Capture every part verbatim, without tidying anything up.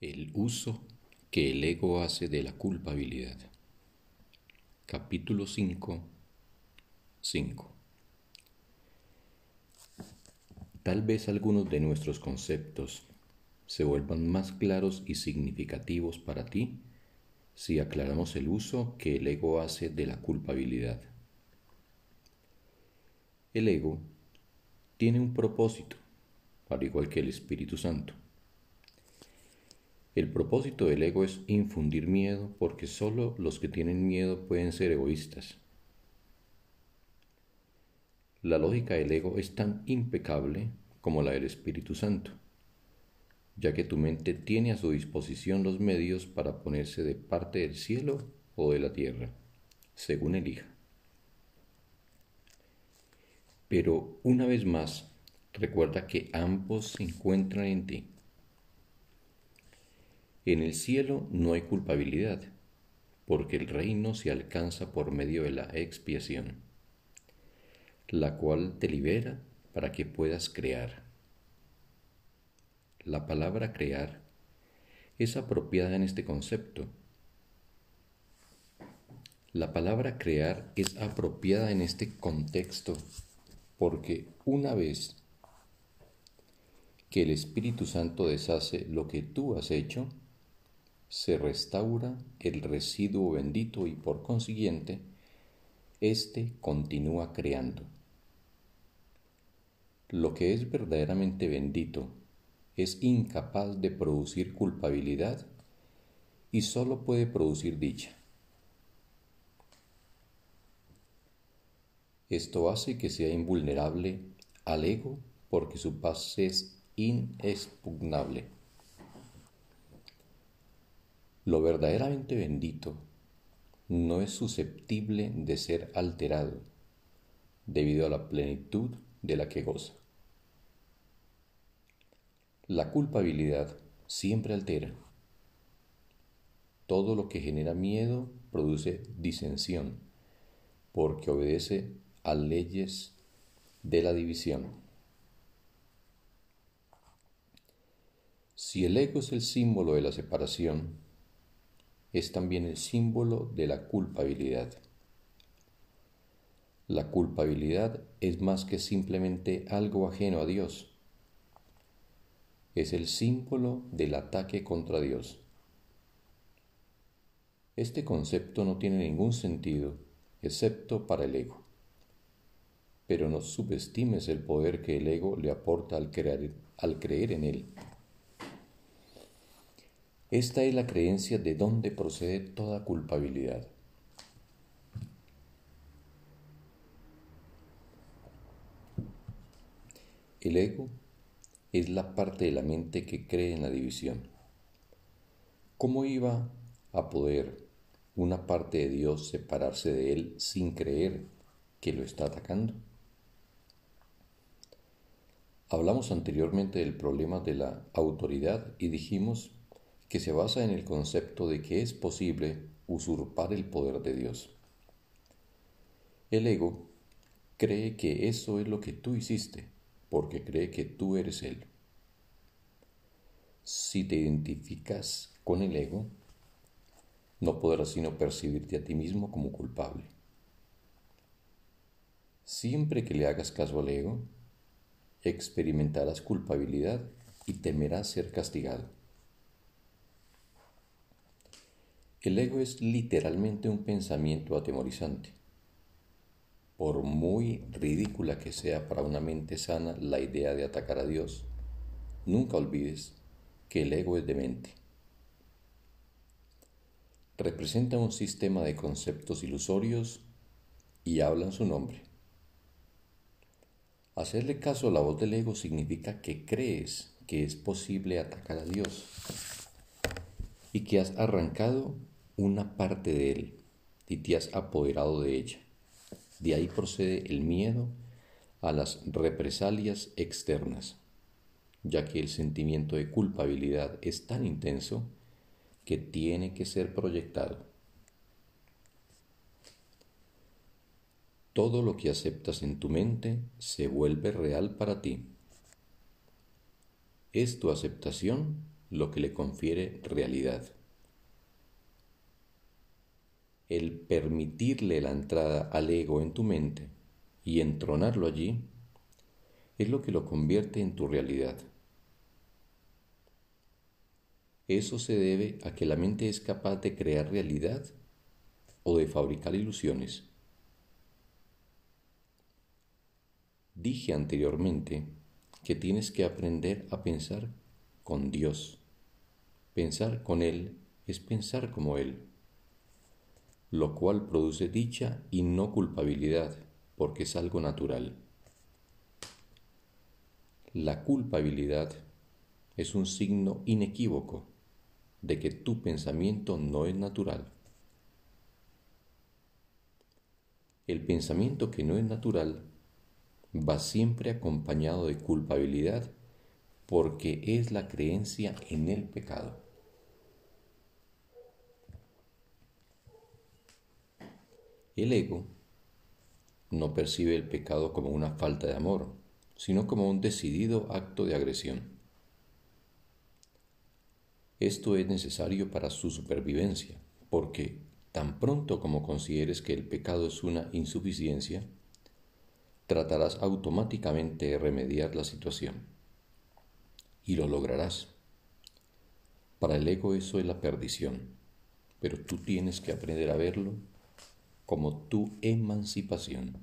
El uso que el ego hace de la culpabilidad. Capítulo cinco. cinco. Tal vez algunos de nuestros conceptos se vuelvan más claros y significativos para ti si aclaramos el uso que el ego hace de la culpabilidad. El ego tiene un propósito, al igual que el Espíritu Santo. El propósito del ego es infundir miedo porque solo los que tienen miedo pueden ser egoístas. La lógica del ego es tan impecable como la del Espíritu Santo, ya que tu mente tiene a su disposición los medios para ponerse de parte del cielo o de la tierra, según elija. Pero una vez más, recuerda que ambos se encuentran en ti. En el cielo no hay culpabilidad, porque el reino se alcanza por medio de la expiación, la cual te libera para que puedas crear. La palabra crear es apropiada en este concepto. La palabra crear es apropiada en este contexto porque una vez que el Espíritu Santo deshace lo que tú has hecho, se restaura el residuo bendito y por consiguiente, éste continúa creando. Lo que es verdaderamente bendito es incapaz de producir culpabilidad y solo puede producir dicha. Esto hace que sea invulnerable al ego porque su paz es inexpugnable. Lo verdaderamente bendito no es susceptible de ser alterado debido a la plenitud de la que goza. La culpabilidad siempre altera. Todo lo que genera miedo produce disensión porque obedece a leyes de la división. Si el ego es el símbolo de la separación, es también el símbolo de la culpabilidad. La culpabilidad es más que simplemente algo ajeno a Dios. Es el símbolo del ataque contra Dios. Este concepto no tiene ningún sentido excepto para el ego. Pero no subestimes el poder que el ego le aporta al creer, al creer en él. Esta es la creencia de donde procede toda culpabilidad. El ego es la parte de la mente que cree en la división. ¿Cómo iba a poder una parte de Dios separarse de él sin creer que lo está atacando? Hablamos anteriormente del problema de la autoridad y dijimos que se basa en el concepto de que es posible usurpar el poder de Dios. El ego cree que eso es lo que tú hiciste, porque cree que tú eres Él. Si te identificas con el ego, no podrás sino percibirte a ti mismo como culpable. Siempre que le hagas caso al ego, experimentarás culpabilidad y temerás ser castigado. El ego es literalmente un pensamiento atemorizante. Por muy ridícula que sea para una mente sana la idea de atacar a Dios, nunca olvides que el ego es demente. Representa un sistema de conceptos ilusorios y habla en su nombre. Hacerle caso a la voz del ego significa que crees que es posible atacar a Dios y que has arrancado una parte de él y te has apoderado de ella. De ahí procede el miedo a las represalias externas, ya que el sentimiento de culpabilidad es tan intenso que tiene que ser proyectado. Todo lo que aceptas en tu mente se vuelve real para ti. Es tu aceptación lo que le confiere realidad. El permitirle la entrada al ego en tu mente y entronarlo allí es lo que lo convierte en tu realidad. Eso se debe a que la mente es capaz de crear realidad o de fabricar ilusiones. Dije anteriormente que tienes que aprender a pensar con Dios. Pensar con Él es pensar como Él, lo cual produce dicha y no culpabilidad, porque es algo natural. La culpabilidad es un signo inequívoco de que tu pensamiento no es natural. El pensamiento que no es natural va siempre acompañado de culpabilidad porque es la creencia en el pecado. El ego no percibe el pecado como una falta de amor, sino como un decidido acto de agresión. Esto es necesario para su supervivencia, porque tan pronto como consideres que el pecado es una insuficiencia, tratarás automáticamente de remediar la situación. Y lo lograrás. Para el ego eso es la perdición, pero tú tienes que aprender a verlo como tu emancipación.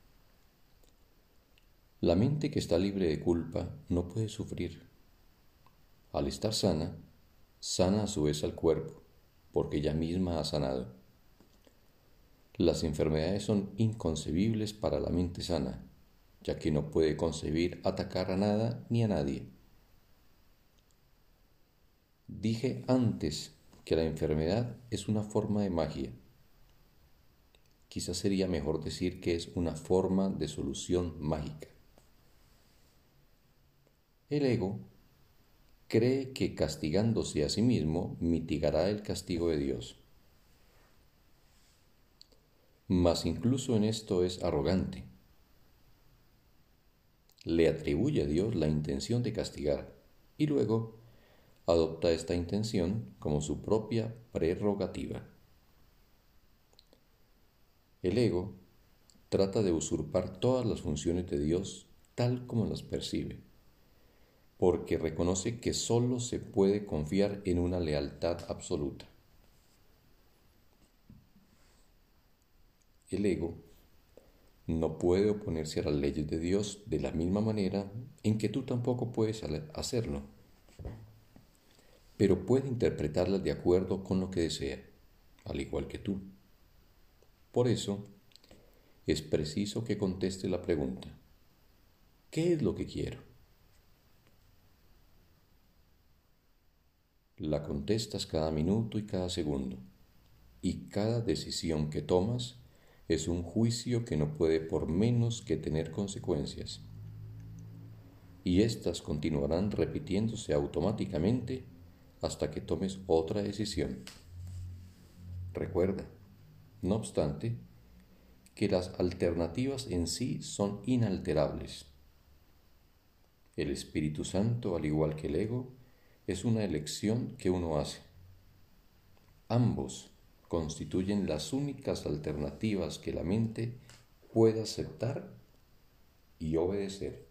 La mente que está libre de culpa no puede sufrir. Al estar sana, sana a su vez al cuerpo, porque ella misma ha sanado. Las enfermedades son inconcebibles para la mente sana, ya que no puede concebir atacar a nada ni a nadie. Dije antes que la enfermedad es una forma de magia. Quizás sería mejor decir que es una forma de solución mágica. El ego cree que castigándose a sí mismo mitigará el castigo de Dios. Mas incluso en esto es arrogante. Le atribuye a Dios la intención de castigar y luego adopta esta intención como su propia prerrogativa. El ego trata de usurpar todas las funciones de Dios tal como las percibe, porque reconoce que sólo se puede confiar en una lealtad absoluta. El ego no puede oponerse a las leyes de Dios de la misma manera en que tú tampoco puedes hacerlo, pero puede interpretarlas de acuerdo con lo que desea, al igual que tú. Por eso, es preciso que conteste la pregunta: ¿qué es lo que quiero? La contestas cada minuto y cada segundo, y cada decisión que tomas es un juicio que no puede por menos que tener consecuencias, y éstas continuarán repitiéndose automáticamente hasta que tomes otra decisión. Recuerda, no obstante, que las alternativas en sí son inalterables. El Espíritu Santo, al igual que el ego, es una elección que uno hace. Ambos constituyen las únicas alternativas que la mente puede aceptar y obedecer.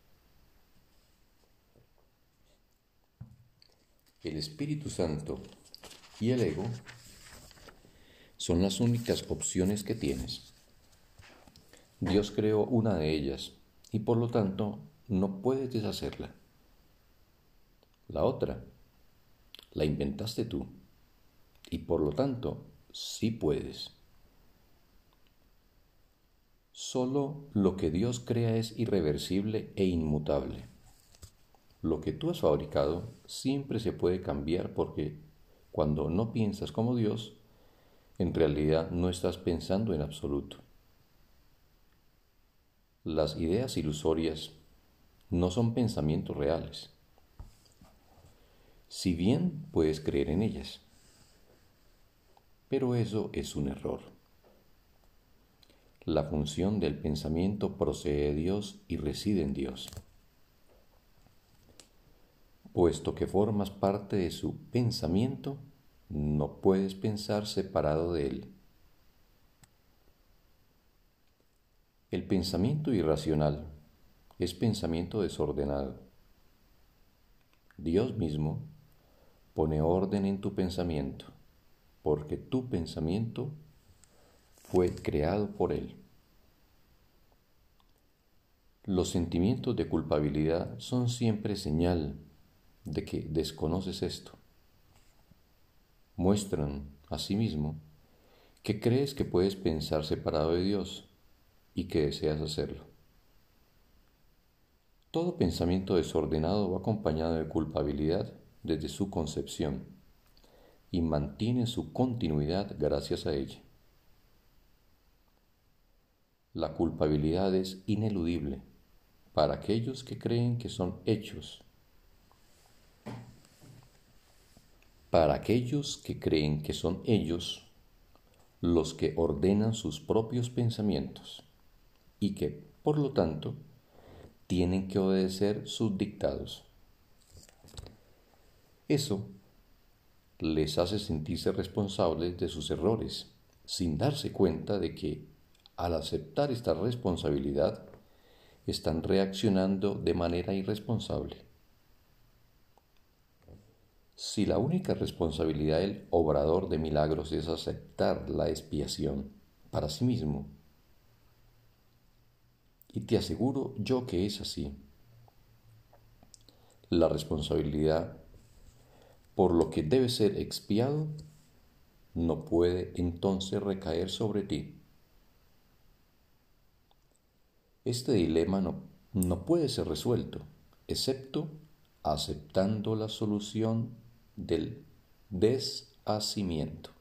El Espíritu Santo y el ego son las únicas opciones que tienes. Dios creó una de ellas y por lo tanto no puedes deshacerla. La otra la inventaste tú y por lo tanto sí puedes. Solo lo que Dios crea es irreversible e inmutable. Lo que tú has fabricado siempre se puede cambiar porque cuando no piensas como Dios, en realidad no estás pensando en absoluto. Las ideas ilusorias no son pensamientos reales, si bien puedes creer en ellas. Pero eso es un error. La función del pensamiento procede de Dios y reside en Dios. puesto que formas parte de su pensamiento, no puedes pensar separado de él. El pensamiento irracional es pensamiento desordenado. Dios mismo pone orden en tu pensamiento, porque tu pensamiento fue creado por Él. Los sentimientos de culpabilidad son siempre señal de que desconoces esto. Muestran, asimismo, que crees que puedes pensar separado de Dios y que deseas hacerlo. Todo pensamiento desordenado va acompañado de culpabilidad desde su concepción y mantiene su continuidad gracias a ella. La culpabilidad es ineludible para aquellos que creen que son hechos, para aquellos que creen que son ellos los que ordenan sus propios pensamientos y que, por lo tanto, tienen que obedecer sus dictados. Eso les hace sentirse responsables de sus errores, sin darse cuenta de que, al aceptar esta responsabilidad, están reaccionando de manera irresponsable. Si la única responsabilidad del obrador de milagros es aceptar la expiación para sí mismo, y te aseguro yo que es así, la responsabilidad por lo que debe ser expiado no puede entonces recaer sobre ti. Este dilema no, no puede ser resuelto, excepto aceptando la solución del deshacimiento.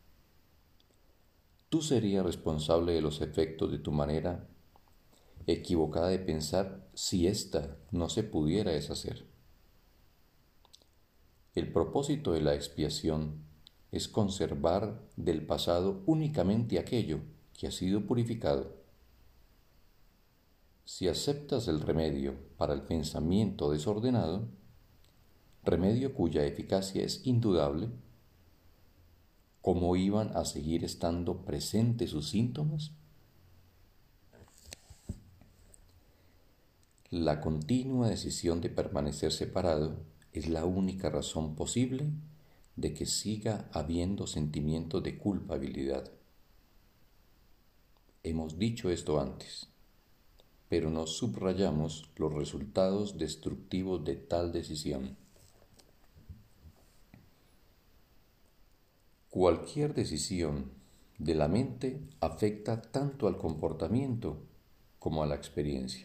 Tú serías responsable de los efectos de tu manera equivocada de pensar si ésta no se pudiera deshacer. El propósito de la expiación es conservar del pasado únicamente aquello que ha sido purificado. Si aceptas el remedio para el pensamiento desordenado, remedio cuya eficacia es indudable, ¿cómo iban a seguir estando presentes sus síntomas? La continua decisión de permanecer separado es la única razón posible de que siga habiendo sentimientos de culpabilidad. Hemos dicho esto antes, pero no subrayamos los resultados destructivos de tal decisión. Cualquier decisión de la mente afecta tanto al comportamiento como a la experiencia.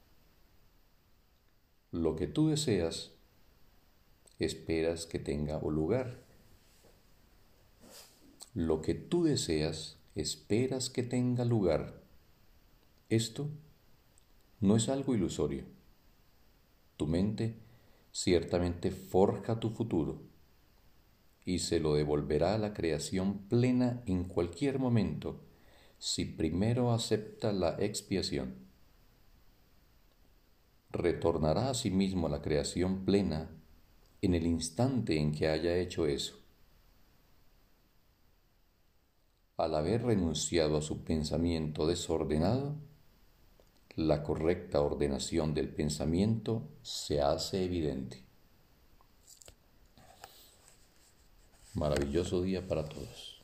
Lo que tú deseas, esperas que tenga lugar. Lo que tú deseas, esperas que tenga lugar. Esto no es algo ilusorio. Tu mente ciertamente forja tu futuro y se lo devolverá a la creación plena en cualquier momento si primero acepta la expiación. Retornará a sí mismo a la creación plena en el instante en que haya hecho eso. Al haber renunciado a su pensamiento desordenado, la correcta ordenación del pensamiento se hace evidente. Maravilloso día para todos.